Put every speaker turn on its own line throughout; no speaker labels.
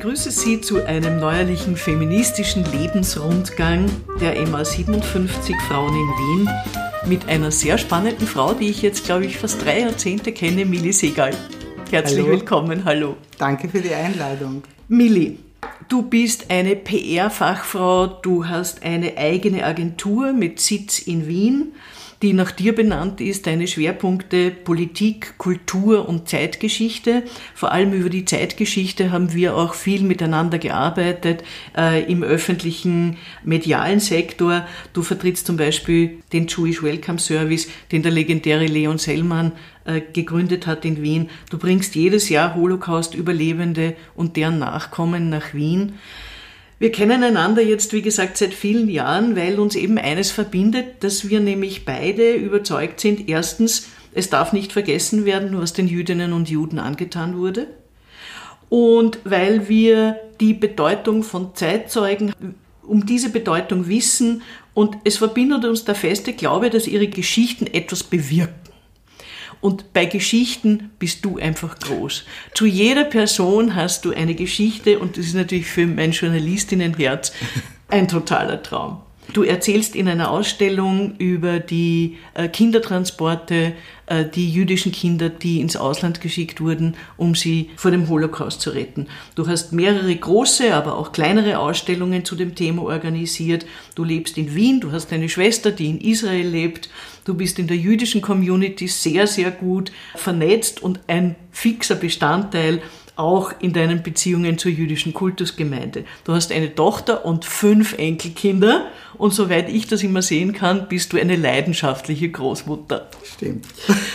begrüße Sie zu einem neuerlichen feministischen Lebensrundgang der MA 57 Frauen in Wien mit einer sehr spannenden Frau, die ich jetzt, glaube ich, fast 3 Jahrzehnte kenne, Milli Segal. Herzlich willkommen, hallo.
Danke für die Einladung.
Milli, du bist eine PR-Fachfrau, du hast eine eigene Agentur mit Sitz in Wien, die nach dir benannt ist, deine Schwerpunkte Politik, Kultur und Zeitgeschichte. Vor allem über die Zeitgeschichte haben wir auch viel miteinander gearbeitet im öffentlichen medialen Sektor. Du vertrittst zum Beispiel den Jewish Welcome Service, den der legendäre Leon Sellmann gegründet hat in Wien. Du bringst jedes Jahr Holocaust-Überlebende und deren Nachkommen nach Wien. Wir kennen einander jetzt, wie gesagt, seit vielen Jahren, weil uns eben eines verbindet, dass wir nämlich beide überzeugt sind. Erstens, es darf nicht vergessen werden, was den Jüdinnen und Juden angetan wurde. Und weil wir die Bedeutung von Zeitzeugen, um diese Bedeutung wissen, und es verbindet uns der feste Glaube, dass ihre Geschichten etwas bewirken. Und bei Geschichten bist du einfach groß. Zu jeder Person hast du eine Geschichte und das ist natürlich für mein Journalistinnenherz ein totaler Traum. Du erzählst in einer Ausstellung über die Kindertransporte, die jüdischen Kinder, die ins Ausland geschickt wurden, um sie vor dem Holocaust zu retten. Du hast mehrere große, aber auch kleinere Ausstellungen zu dem Thema organisiert. Du lebst in Wien, du hast eine Schwester, die in Israel lebt. Du bist in der jüdischen Community sehr, sehr gut vernetzt und ein fixer Bestandteil auch in deinen Beziehungen zur jüdischen Kultusgemeinde. Du hast eine Tochter und 5 Enkelkinder und soweit ich das immer sehen kann, bist du eine leidenschaftliche Großmutter.
Stimmt.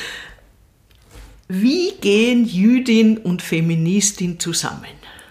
Wie gehen Jüdin und Feministin zusammen?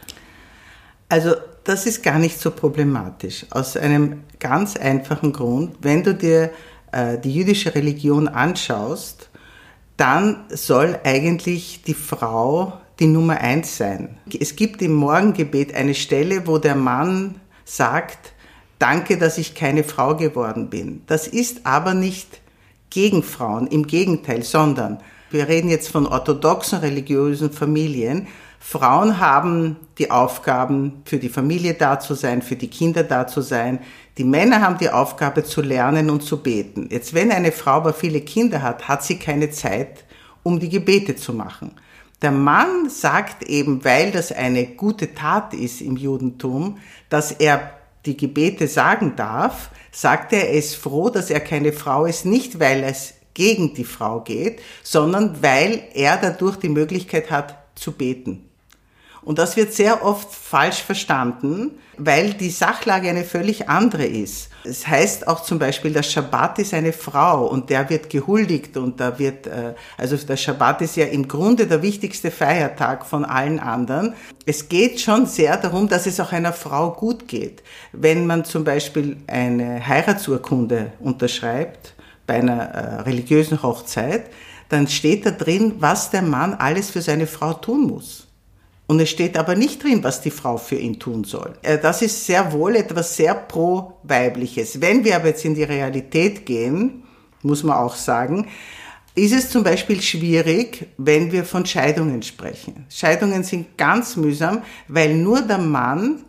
Also das ist gar nicht so problematisch, aus einem ganz einfachen Grund. Wenn du dir die jüdische Religion anschaust, dann soll eigentlich die Frau die Nummer 1 sein. Es gibt im Morgengebet eine Stelle, wo der Mann sagt, danke, dass ich keine Frau geworden bin. Das ist aber nicht gegen Frauen, im Gegenteil, sondern wir reden jetzt von orthodoxen religiösen Familien. Frauen haben die Aufgaben, für die Familie da zu sein, für die Kinder da zu sein. Die Männer haben die Aufgabe zu lernen und zu beten. Jetzt, wenn eine Frau aber viele Kinder hat, hat sie keine Zeit, um die Gebete zu machen. Der Mann sagt eben, weil das eine gute Tat ist im Judentum, dass er die Gebete sagen darf, sagt er ist froh, dass er keine Frau ist, nicht weil es gegen die Frau geht, sondern weil er dadurch die Möglichkeit hat zu beten. Und das wird sehr oft falsch verstanden, weil die Sachlage eine völlig andere ist. Es heißt auch zum Beispiel, der Schabbat ist eine Frau und der wird gehuldigt und da wird, also der Schabbat ist ja im Grunde der wichtigste Feiertag von allen anderen. Es geht schon sehr darum, dass es auch einer Frau gut geht. Wenn man zum Beispiel eine Heiratsurkunde unterschreibt bei einer religiösen Hochzeit, dann steht da drin, was der Mann alles für seine Frau tun muss. Und es steht aber nicht drin, was die Frau für ihn tun soll. Das ist sehr wohl etwas sehr pro-weibliches. Wenn wir aber jetzt in die Realität gehen, muss man auch sagen, ist es zum Beispiel schwierig, wenn wir von Scheidungen sprechen. Scheidungen sind ganz mühsam, weil nur der Mann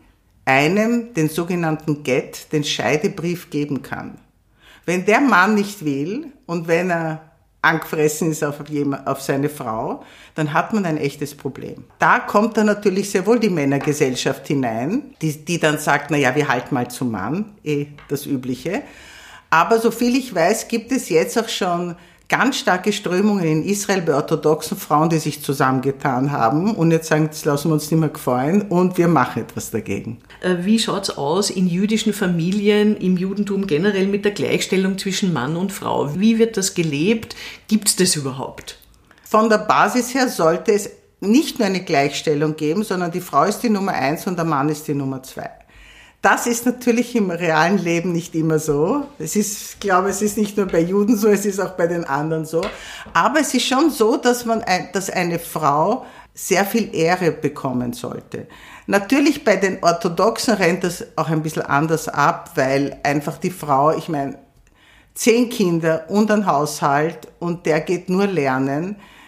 einem den sogenannten Get, den Scheidebrief geben kann. Wenn der Mann nicht will und wenn er angefressen ist auf seine Frau, dann hat man ein echtes Problem. Da kommt dann natürlich sehr wohl die Männergesellschaft hinein, die dann sagt, naja, wir halten mal zum Mann, das Übliche. Aber soviel ich weiß, gibt es jetzt auch schon ganz starke Strömungen in Israel bei orthodoxen Frauen, die sich zusammengetan haben und jetzt sagen, das lassen wir uns nicht mehr gefallen und wir machen etwas dagegen.
Wie schaut's aus in jüdischen Familien, im Judentum generell mit der Gleichstellung zwischen Mann und Frau? Wie wird das gelebt? Gibt's das überhaupt?
Von der Basis her sollte es nicht nur eine Gleichstellung geben, sondern die Frau ist die Nummer 1 und der Mann ist die Nummer 2. Das ist natürlich im realen Leben nicht immer so. Ich glaube, es ist nicht nur bei Juden so, es ist auch bei den anderen so. Aber es ist schon so, dass eine Frau sehr viel Ehre bekommen sollte. Natürlich bei den Orthodoxen rennt das auch ein bisschen anders ab, weil einfach die Frau, 10 Kinder und ein Haushalt und der geht nur lernen.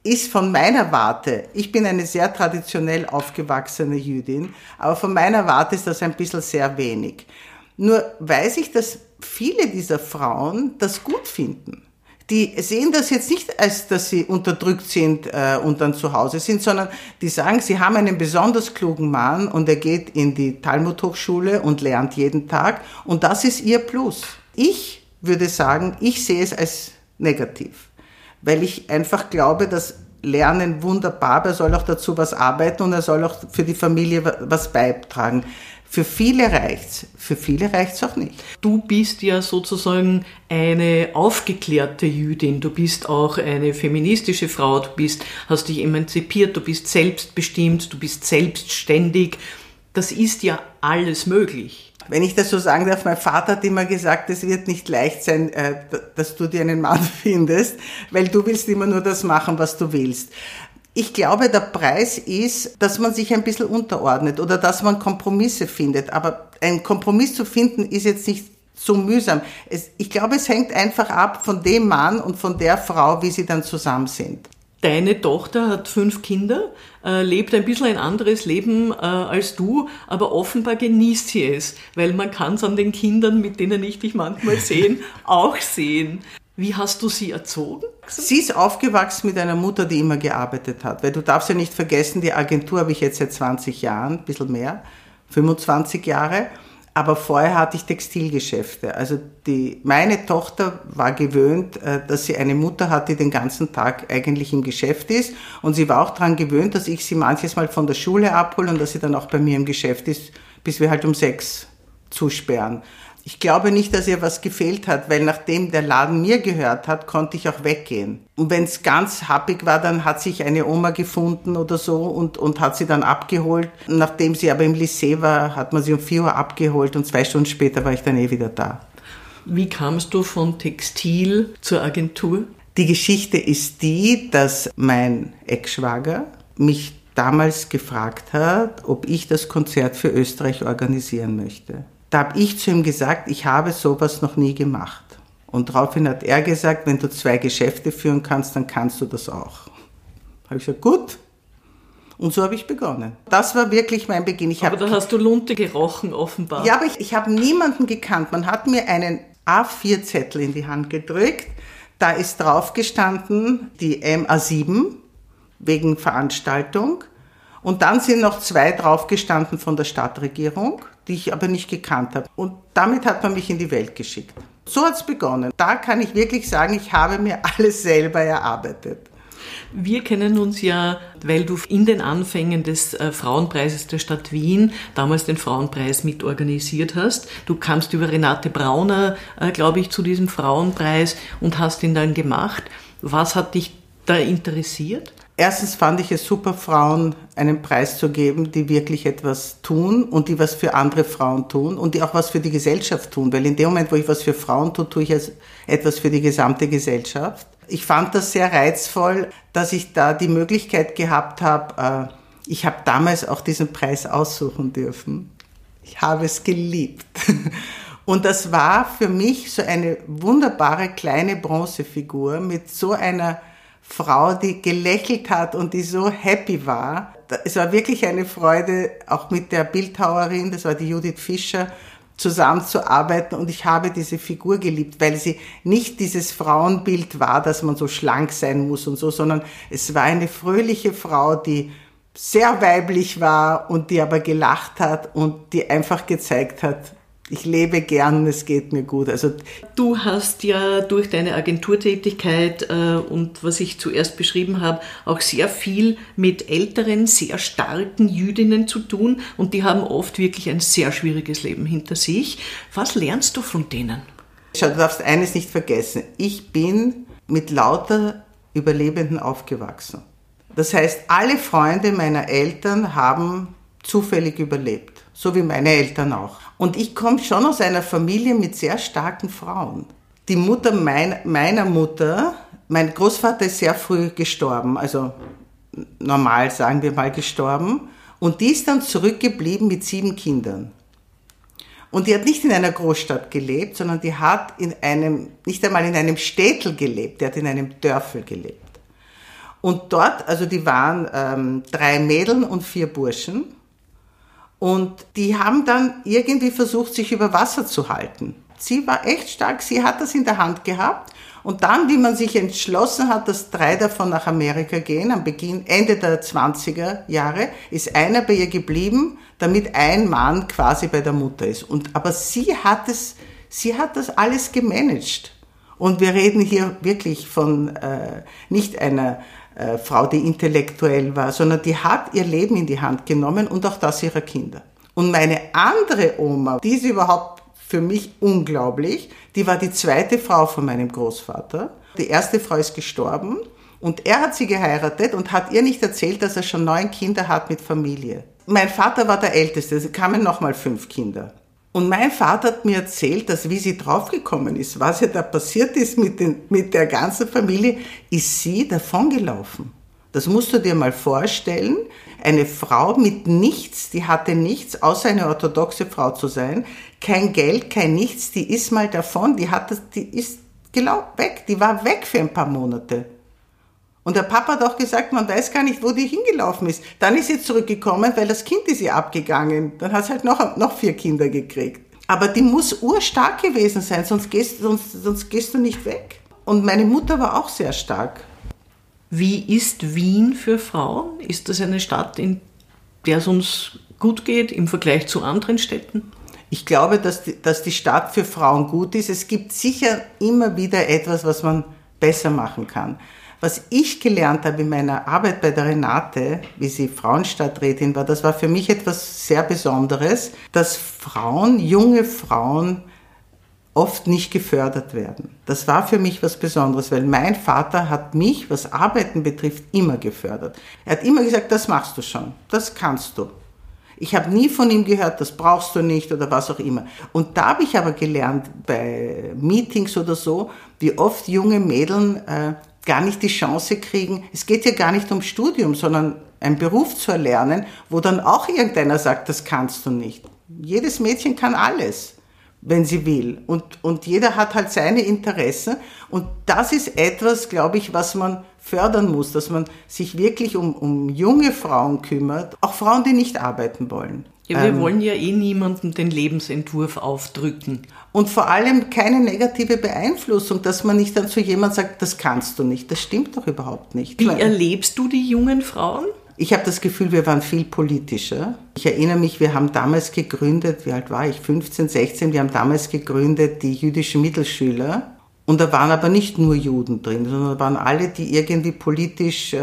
ist von meiner Warte, ich bin eine sehr traditionell aufgewachsene Jüdin, aber von meiner Warte ist das ein bisschen sehr wenig. Nur weiß ich, dass viele dieser Frauen das gut finden. Die sehen das jetzt nicht, als dass sie unterdrückt sind und dann zu Hause sind, sondern die sagen, sie haben einen besonders klugen Mann und er geht in die Talmud-Hochschule und lernt jeden Tag und das ist ihr Plus. Ich würde sagen, ich sehe es als negativ, weil ich einfach glaube, dass Lernen wunderbar, aber er soll auch dazu was arbeiten und er soll auch für die Familie was beitragen. Für viele reicht's auch nicht.
Du bist ja sozusagen eine aufgeklärte Jüdin, du bist auch eine feministische Frau, hast dich emanzipiert, du bist selbstbestimmt, du bist selbstständig. Das ist ja alles möglich.
Wenn ich das so sagen darf, mein Vater hat immer gesagt, es wird nicht leicht sein, dass du dir einen Mann findest, weil du willst immer nur das machen, was du willst. Ich glaube, der Preis ist, dass man sich ein bisschen unterordnet oder dass man Kompromisse findet. Aber einen Kompromiss zu finden ist jetzt nicht so mühsam. Ich glaube, es hängt einfach ab von dem Mann und von der Frau, wie sie dann zusammen sind.
Deine Tochter hat 5 Kinder, lebt ein bisschen ein anderes Leben als du, aber offenbar genießt sie es, weil man kann es an den Kindern, mit denen ich dich manchmal sehe, auch sehen. Wie hast du sie erzogen?
Sie ist aufgewachsen mit einer Mutter, die immer gearbeitet hat. Weil du darfst ja nicht vergessen, die Agentur habe ich jetzt seit 20 Jahren, ein bisschen mehr, 25 Jahre. Aber vorher hatte ich Textilgeschäfte. Also meine Tochter war gewöhnt, dass sie eine Mutter hat, die den ganzen Tag eigentlich im Geschäft ist. Und sie war auch daran gewöhnt, dass ich sie manches Mal von der Schule abhole und dass sie dann auch bei mir im Geschäft ist, bis wir halt um 6 zusperren. Ich glaube nicht, dass ihr was gefehlt hat, weil nachdem der Laden mir gehört hat, konnte ich auch weggehen. Und wenn es ganz happig war, dann hat sich eine Oma gefunden oder so und hat sie dann abgeholt. Nachdem sie aber im Lycée war, hat man sie um 4 Uhr abgeholt und 2 Stunden später war ich dann wieder da.
Wie kamst du von Textil zur Agentur?
Die Geschichte ist die, dass mein Ex-Schwager mich damals gefragt hat, ob ich das Konzert für Österreich organisieren möchte. Da habe ich zu ihm gesagt, ich habe sowas noch nie gemacht. Und daraufhin hat er gesagt, wenn du 2 Geschäfte führen kannst, dann kannst du das auch. Habe ich gesagt, gut. Und so habe ich begonnen. Das war wirklich mein Beginn.
Aber da hast du Lunte gerochen, offenbar.
Ja, aber ich habe niemanden gekannt. Man hat mir einen A4-Zettel in die Hand gedrückt. Da ist drauf gestanden, die MA7 wegen Veranstaltung. Und dann sind noch 2 draufgestanden von der Stadtregierung, die ich aber nicht gekannt habe. Und damit hat man mich in die Welt geschickt. So hat es begonnen. Da kann ich wirklich sagen, ich habe mir alles selber erarbeitet.
Wir kennen uns ja, weil du in den Anfängen des Frauenpreises der Stadt Wien damals den Frauenpreis mitorganisiert hast. Du kamst über Renate Brauner, glaube ich, zu diesem Frauenpreis und hast ihn dann gemacht. Was hat dich da interessiert?
Erstens fand ich es super, Frauen einen Preis zu geben, die wirklich etwas tun und die was für andere Frauen tun und die auch was für die Gesellschaft tun. Weil in dem Moment, wo ich was für Frauen tue, tue ich etwas für die gesamte Gesellschaft. Ich fand das sehr reizvoll, dass ich da die Möglichkeit gehabt habe. Ich habe damals auch diesen Preis aussuchen dürfen. Ich habe es geliebt. Und das war für mich so eine wunderbare kleine Bronzefigur mit so einer Frau, die gelächelt hat und die so happy war. Es war wirklich eine Freude, auch mit der Bildhauerin, das war die Judith Fischer, zusammenzuarbeiten. Und ich habe diese Figur geliebt, weil sie nicht dieses Frauenbild war, dass man so schlank sein muss und so, sondern es war eine fröhliche Frau, die sehr weiblich war und die aber gelacht hat und die einfach gezeigt hat, ich lebe gern und es geht mir gut. Also
du hast ja durch deine Agenturtätigkeit und was ich zuerst beschrieben habe, auch sehr viel mit älteren, sehr starken Jüdinnen zu tun und die haben oft wirklich ein sehr schwieriges Leben hinter sich. Was lernst du von denen?
Schau, du darfst eines nicht vergessen. Ich bin mit lauter Überlebenden aufgewachsen. Das heißt, alle Freunde meiner Eltern haben zufällig überlebt. So wie meine Eltern auch. Und ich komme schon aus einer Familie mit sehr starken Frauen. Die Mutter meiner Mutter, mein Großvater ist sehr früh gestorben, also normal sagen wir mal gestorben. Und die ist dann zurückgeblieben mit 7 Kindern. Und die hat nicht in einer Großstadt gelebt, sondern die hat nicht einmal in einem Städtel gelebt, die hat in einem Dörfel gelebt. Und dort, also die waren 3 Mädeln und 4 Burschen. Und die haben dann irgendwie versucht, sich über Wasser zu halten. Sie war echt stark, sie hat das in der Hand gehabt. Und dann, wie man sich entschlossen hat, dass 3 davon nach Amerika gehen, am Beginn, Ende der 20er Jahre, ist einer bei ihr geblieben, damit ein Mann quasi bei der Mutter ist. Aber sie hat das alles gemanagt. Und wir reden hier wirklich von nicht einer Frau, die intellektuell war, sondern die hat ihr Leben in die Hand genommen und auch das ihrer Kinder. Und meine andere Oma, die ist überhaupt für mich unglaublich, die war die 2. Frau von meinem Großvater. Die erste Frau ist gestorben und er hat sie geheiratet und hat ihr nicht erzählt, dass er schon 9 Kinder hat mit Familie. Mein Vater war der Älteste, es kamen nochmal 5 Kinder. Und mein Vater hat mir erzählt, dass wie sie draufgekommen ist, was ihr da passiert ist mit der ganzen Familie, ist sie davongelaufen. Das musst du dir mal vorstellen. Eine Frau mit nichts, die hatte nichts, außer eine orthodoxe Frau zu sein. Kein Geld, kein Nichts, die ist mal davon, die ist weg, die war weg für ein paar Monate. Und der Papa hat auch gesagt, man weiß gar nicht, wo die hingelaufen ist. Dann ist sie zurückgekommen, weil das Kind ist ihr abgegangen. Dann hat sie halt noch 4 Kinder gekriegt. Aber die muss urstark gewesen sein, sonst gehst du nicht weg. Und meine Mutter war auch sehr stark.
Wie ist Wien für Frauen? Ist das eine Stadt, in der es uns gut geht im Vergleich zu anderen Städten?
Ich glaube, dass die Stadt für Frauen gut ist. Es gibt sicher immer wieder etwas, was man besser machen kann. Was ich gelernt habe in meiner Arbeit bei der Renate, wie sie Frauenstadträtin war, das war für mich etwas sehr Besonderes, dass junge Frauen oft nicht gefördert werden. Das war für mich was Besonderes, weil mein Vater hat mich, was Arbeiten betrifft, immer gefördert. Er hat immer gesagt, das machst du schon, das kannst du. Ich habe nie von ihm gehört, das brauchst du nicht oder was auch immer. Und da habe ich aber gelernt, bei Meetings oder so, wie oft junge Mädels gar nicht die Chance kriegen. Es geht ja gar nicht ums Studium, sondern einen Beruf zu erlernen, wo dann auch irgendeiner sagt, das kannst du nicht. Jedes Mädchen kann alles, wenn sie will. Und jeder hat halt seine Interessen. Und das ist etwas, glaube ich, was man fördern muss, dass man sich wirklich um junge Frauen kümmert, auch Frauen, die nicht arbeiten wollen.
Ja, wir wollen ja niemandem den Lebensentwurf aufdrücken.
Und vor allem keine negative Beeinflussung, dass man nicht dann zu jemandem sagt, das kannst du nicht. Das stimmt doch überhaupt nicht.
Wie erlebst du die jungen Frauen?
Ich habe das Gefühl, wir waren viel politischer. Ich erinnere mich, wir haben damals gegründet, wie alt war ich, 15, 16, wir haben damals gegründet die jüdischen Mittelschüler. Und da waren aber nicht nur Juden drin, sondern da waren alle, die irgendwie politisch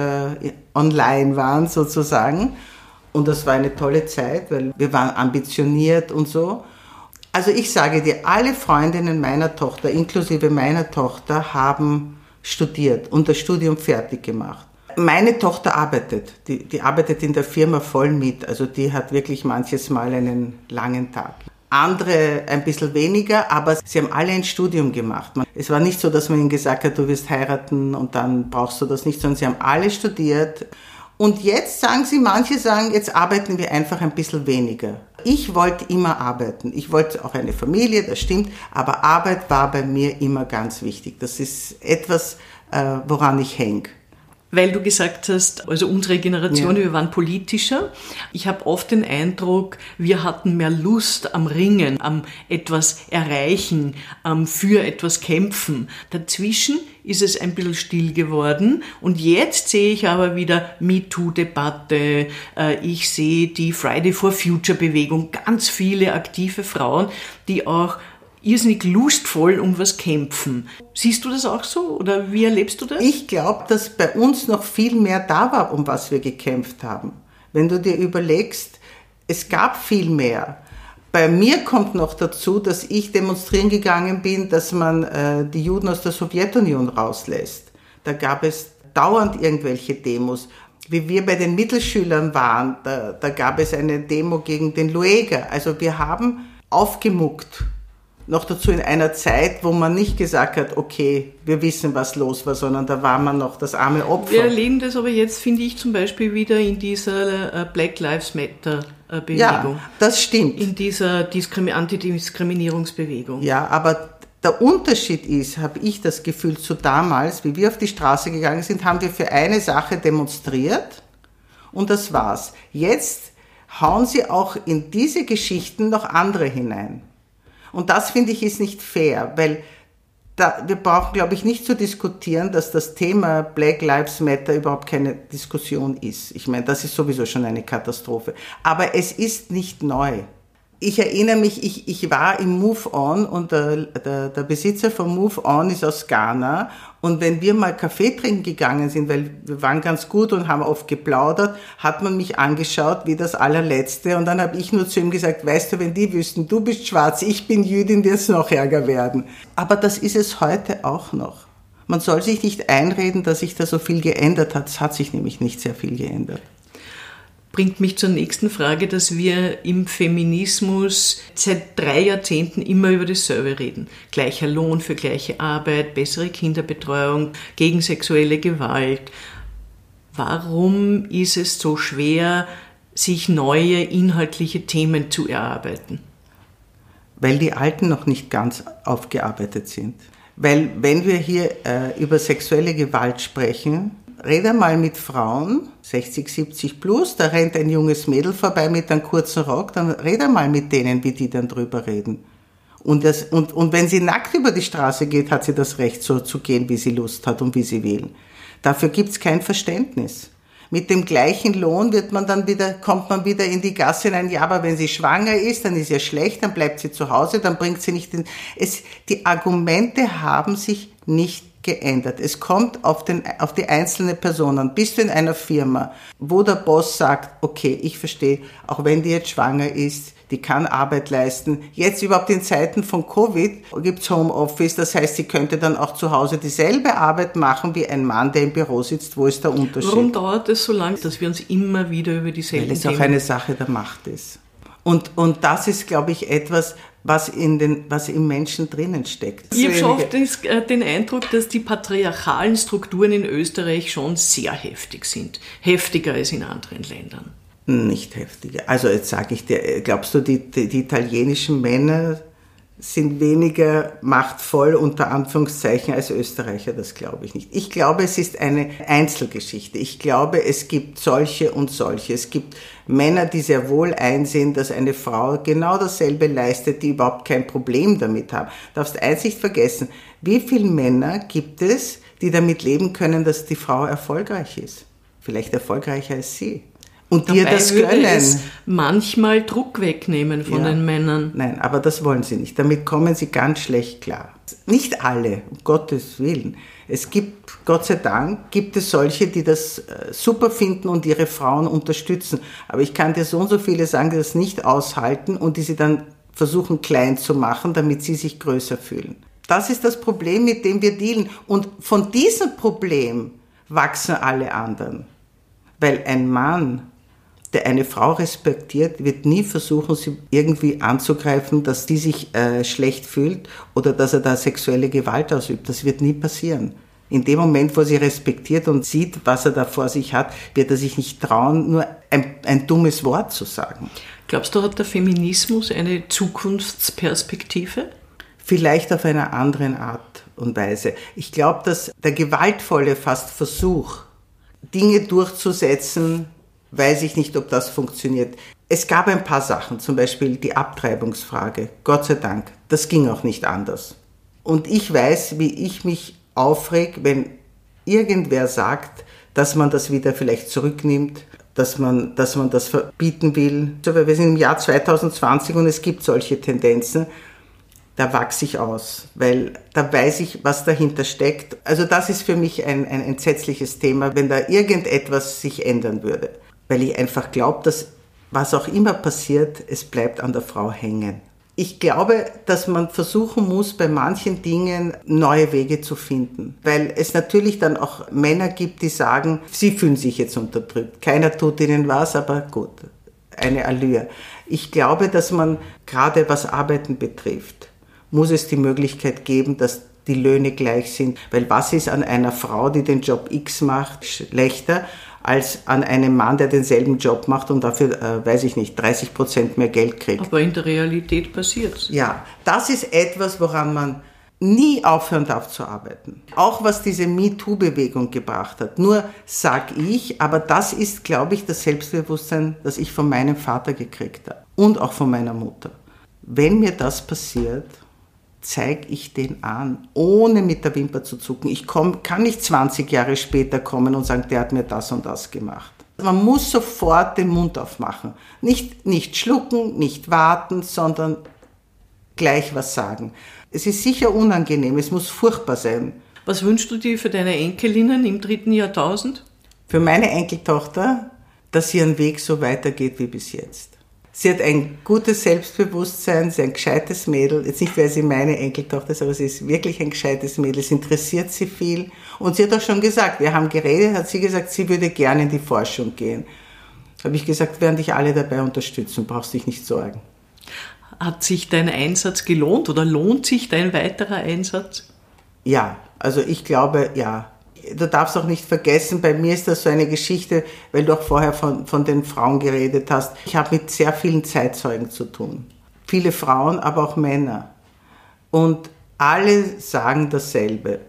online waren sozusagen. Und das war eine tolle Zeit, weil wir waren ambitioniert und so. Also ich sage dir, alle Freundinnen meiner Tochter, inklusive meiner Tochter, haben studiert und das Studium fertig gemacht. Meine Tochter arbeitet, die arbeitet in der Firma voll mit, also die hat wirklich manches Mal einen langen Tag. Andere ein bisschen weniger, aber sie haben alle ein Studium gemacht. Es war nicht so, dass man ihnen gesagt hat, du wirst heiraten und dann brauchst du das nicht, sondern sie haben alle studiert. Und jetzt manche sagen, jetzt arbeiten wir einfach ein bisschen weniger. Ich wollte immer arbeiten. Ich wollte auch eine Familie, das stimmt, aber Arbeit war bei mir immer ganz wichtig. Das ist etwas, woran ich hänge.
Weil du gesagt hast, also unsere Generation, wir waren politischer. Ich habe oft den Eindruck, wir hatten mehr Lust am Ringen, am etwas erreichen, am für etwas kämpfen. Dazwischen ist es ein bisschen still geworden und jetzt sehe ich aber wieder MeToo-Debatte, ich sehe die Friday for Future-Bewegung, ganz viele aktive Frauen, die auch irrsinnig lustvoll um was kämpfen. Siehst du das auch so oder wie erlebst du das?
Ich glaube, dass bei uns noch viel mehr da war, um was wir gekämpft haben. Wenn du dir überlegst, es gab viel mehr. Bei mir kommt noch dazu, dass ich demonstrieren gegangen bin, dass man die Juden aus der Sowjetunion rauslässt. Da gab es dauernd irgendwelche Demos. Wie wir bei den Mittelschülern waren, da gab es eine Demo gegen den Lueger. Also wir haben aufgemuckt. Noch dazu in einer Zeit, wo man nicht gesagt hat, okay, wir wissen, was los war, sondern da war man noch das arme Opfer.
Wir erleben das aber jetzt, finde ich, zum Beispiel wieder in dieser Black Lives Matter Bewegung.
Ja, das stimmt.
In dieser Antidiskriminierungsbewegung.
Ja, aber Der Unterschied ist, habe ich das Gefühl, zu damals, wie wir auf die Straße gegangen sind, haben wir für eine Sache demonstriert und das war's. Jetzt hauen sie auch in diese Geschichten noch andere hinein. Und das, finde ich, ist nicht fair, weil wir brauchen, glaube ich, nicht zu diskutieren, dass das Thema Black Lives Matter überhaupt keine Diskussion ist. Ich meine, das ist sowieso schon eine Katastrophe. Aber es ist nicht neu. Ich erinnere mich, ich war im Move On und der Besitzer von Move On ist aus Ghana und wenn wir mal Kaffee trinken gegangen sind, weil wir waren ganz gut und haben oft geplaudert, hat man mich angeschaut wie das allerletzte und dann habe ich nur zu ihm gesagt, weißt du, wenn die wüssten, du bist schwarz, ich bin Jüdin, wird es noch ärger werden. Aber das ist es heute auch noch. Man soll sich nicht einreden, dass sich da so viel geändert hat. Es hat sich nämlich nicht sehr viel geändert.
Bringt mich zur nächsten Frage, dass wir im Feminismus seit 3 Jahrzehnten immer über dasselbe reden. Gleicher Lohn für gleiche Arbeit, bessere Kinderbetreuung, gegen sexuelle Gewalt. Warum ist es so schwer, sich neue inhaltliche Themen zu erarbeiten?
Weil die alten noch nicht ganz aufgearbeitet sind. Weil wenn wir hier über sexuelle Gewalt sprechen, rede mal mit Frauen, 60, 70 plus, da rennt ein junges Mädel vorbei mit einem kurzen Rock, dann rede mal mit denen, wie die dann drüber reden. Und wenn sie nackt über die Straße geht, hat sie das Recht, so zu gehen, wie sie Lust hat und wie sie will. Dafür gibt's kein Verständnis. Mit dem gleichen Lohn kommt man wieder in die Gasse hinein, ja, aber wenn sie schwanger ist, dann ist ja schlecht, dann bleibt sie zu Hause, dann bringt sie nicht die Argumente haben sich nicht geändert. Es kommt auf die einzelne Person an. Bist du in einer Firma, wo der Boss sagt, okay, ich verstehe, auch wenn die jetzt schwanger ist, die kann Arbeit leisten. Jetzt überhaupt in Zeiten von Covid gibt's Homeoffice, das heißt, sie könnte dann auch zu Hause dieselbe Arbeit machen wie ein Mann, der im Büro sitzt. Wo ist der Unterschied?
Warum dauert es so lange, dass wir uns immer wieder über dieselben Themen...
Weil es auch eine Sache der Macht ist. Und das ist, glaube ich, etwas, was im Menschen drinnen steckt.
Ich habe schon oft den Eindruck, dass die patriarchalen Strukturen in Österreich schon sehr heftig sind. Heftiger als in anderen Ländern.
Nicht heftiger. Also jetzt sage ich dir, glaubst du, die italienischen Männer sind weniger machtvoll unter Anführungszeichen als Österreicher? Das glaube ich nicht. Ich glaube, es ist eine Einzelgeschichte. Ich glaube, es gibt solche und solche. Es gibt Männer, die sehr wohl einsehen, dass eine Frau genau dasselbe leistet, die überhaupt kein Problem damit haben. Du darfst eins nicht vergessen, wie viele Männer gibt es, die damit leben können, dass die Frau erfolgreich ist? Vielleicht erfolgreicher als sie. Und dir das gönnen. Es
manchmal Druck wegnehmen von den Männern.
Nein, aber das wollen sie nicht. Damit kommen sie ganz schlecht klar. Nicht alle, um Gottes Willen. Es gibt, Gott sei Dank, gibt es solche, die das super finden und ihre Frauen unterstützen. Aber ich kann dir so und so viele sagen, die das nicht aushalten und die sie dann versuchen klein zu machen, damit sie sich größer fühlen. Das ist das Problem, mit dem wir dealen. Und von diesem Problem wachsen alle anderen. Weil ein Mann, der eine Frau respektiert, wird nie versuchen, sie irgendwie anzugreifen, dass die sich schlecht fühlt oder dass er da sexuelle Gewalt ausübt. Das wird nie passieren. In dem Moment, wo sie respektiert und sieht, was er da vor sich hat, wird er sich nicht trauen, nur ein dummes Wort zu sagen.
Glaubst du, hat der Feminismus eine Zukunftsperspektive?
Vielleicht auf einer anderen Art und Weise. Ich glaube, dass der gewaltvolle fast Versuch, Dinge durchzusetzen, weiß ich nicht, ob das funktioniert. Es gab ein paar Sachen, zum Beispiel die Abtreibungsfrage. Gott sei Dank, das ging auch nicht anders. Und ich weiß, wie ich mich aufreg, wenn irgendwer sagt, dass man das wieder vielleicht zurücknimmt, dass man das verbieten will. Wir sind im Jahr 2020 und es gibt solche Tendenzen. Da wachse ich aus, weil da weiß ich, was dahinter steckt. Also das ist für mich ein entsetzliches Thema, wenn da irgendetwas sich ändern würde. Weil ich einfach glaube, dass was auch immer passiert, es bleibt an der Frau hängen. Ich glaube, dass man versuchen muss, bei manchen Dingen neue Wege zu finden. Weil es natürlich dann auch Männer gibt, die sagen, sie fühlen sich jetzt unterdrückt. Keiner tut ihnen was, aber gut, eine Allure. Ich glaube, dass man, gerade was Arbeiten betrifft, muss es die Möglichkeit geben, dass die Löhne gleich sind. Weil was ist an einer Frau, die den Job X macht, schlechter als an einem Mann, der denselben Job macht und dafür, 30% mehr Geld kriegt?
Aber in der Realität passiert's.
Ja, das ist etwas, woran man nie aufhören darf zu arbeiten. Auch was diese MeToo-Bewegung gebracht hat. Nur sag ich, aber das ist, glaube ich, das Selbstbewusstsein, das ich von meinem Vater gekriegt habe und auch von meiner Mutter. Wenn mir das passiert, zeige ich den an, ohne mit der Wimper zu zucken. Ich kann nicht 20 Jahre später kommen und sagen, der hat mir das und das gemacht. Man muss sofort den Mund aufmachen. Nicht schlucken, nicht warten, sondern gleich was sagen. Es ist sicher unangenehm, es muss furchtbar sein.
Was wünschst du dir für deine Enkelinnen im 3. Jahrtausend?
Für meine Enkeltochter, dass ihren Weg so weitergeht wie bis jetzt. Sie hat ein gutes Selbstbewusstsein, sie ist ein gescheites Mädel. Jetzt nicht, weil sie meine Enkeltochter ist, aber sie ist wirklich ein gescheites Mädel. Es interessiert sie viel. Und sie hat auch schon gesagt, wir haben geredet, hat sie gesagt, sie würde gerne in die Forschung gehen. Habe ich gesagt, werden dich alle dabei unterstützen, brauchst dich nicht sorgen.
Hat sich dein Einsatz gelohnt oder lohnt sich dein weiterer Einsatz?
Ja, also ich glaube, ja. Du darfst auch nicht vergessen, bei mir ist das so eine Geschichte, weil du auch vorher von den Frauen geredet hast. Ich habe mit sehr vielen Zeitzeugen zu tun. Viele Frauen, aber auch Männer. Und alle sagen dasselbe.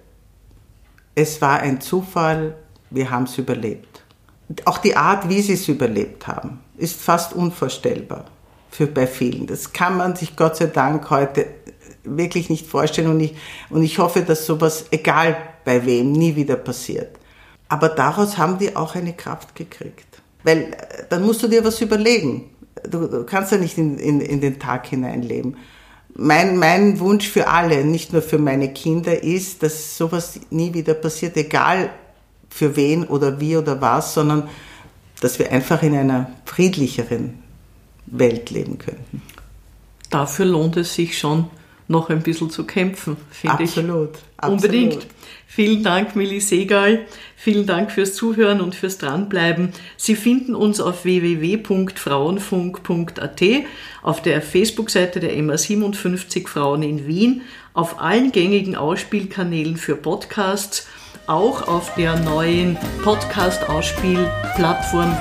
Es war ein Zufall, wir haben es überlebt. Auch die Art, wie sie es überlebt haben, ist fast unvorstellbar bei vielen. Das kann man sich Gott sei Dank heute wirklich nicht vorstellen und ich hoffe, dass sowas, egal bei wem, nie wieder passiert. Aber daraus haben die auch eine Kraft gekriegt. Weil dann musst du dir was überlegen. Du kannst ja nicht in den Tag hineinleben. Mein Wunsch für alle, nicht nur für meine Kinder, ist, dass sowas nie wieder passiert, egal für wen oder wie oder was, sondern dass wir einfach in einer friedlicheren Welt leben könnten.
Dafür lohnt es sich schon, noch ein bisschen zu kämpfen, finde ich.
Absolut.
Unbedingt. Vielen Dank, Milli Segal. Vielen Dank fürs Zuhören und fürs Dranbleiben. Sie finden uns auf www.frauenfunk.at, auf der Facebook-Seite der MA57 Frauen in Wien, auf allen gängigen Ausspielkanälen für Podcasts, auch auf der neuen Podcast-Ausspielplattform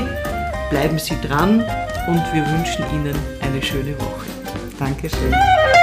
www.fayo.at. Bleiben Sie dran und wir wünschen Ihnen eine schöne Woche.
Dankeschön.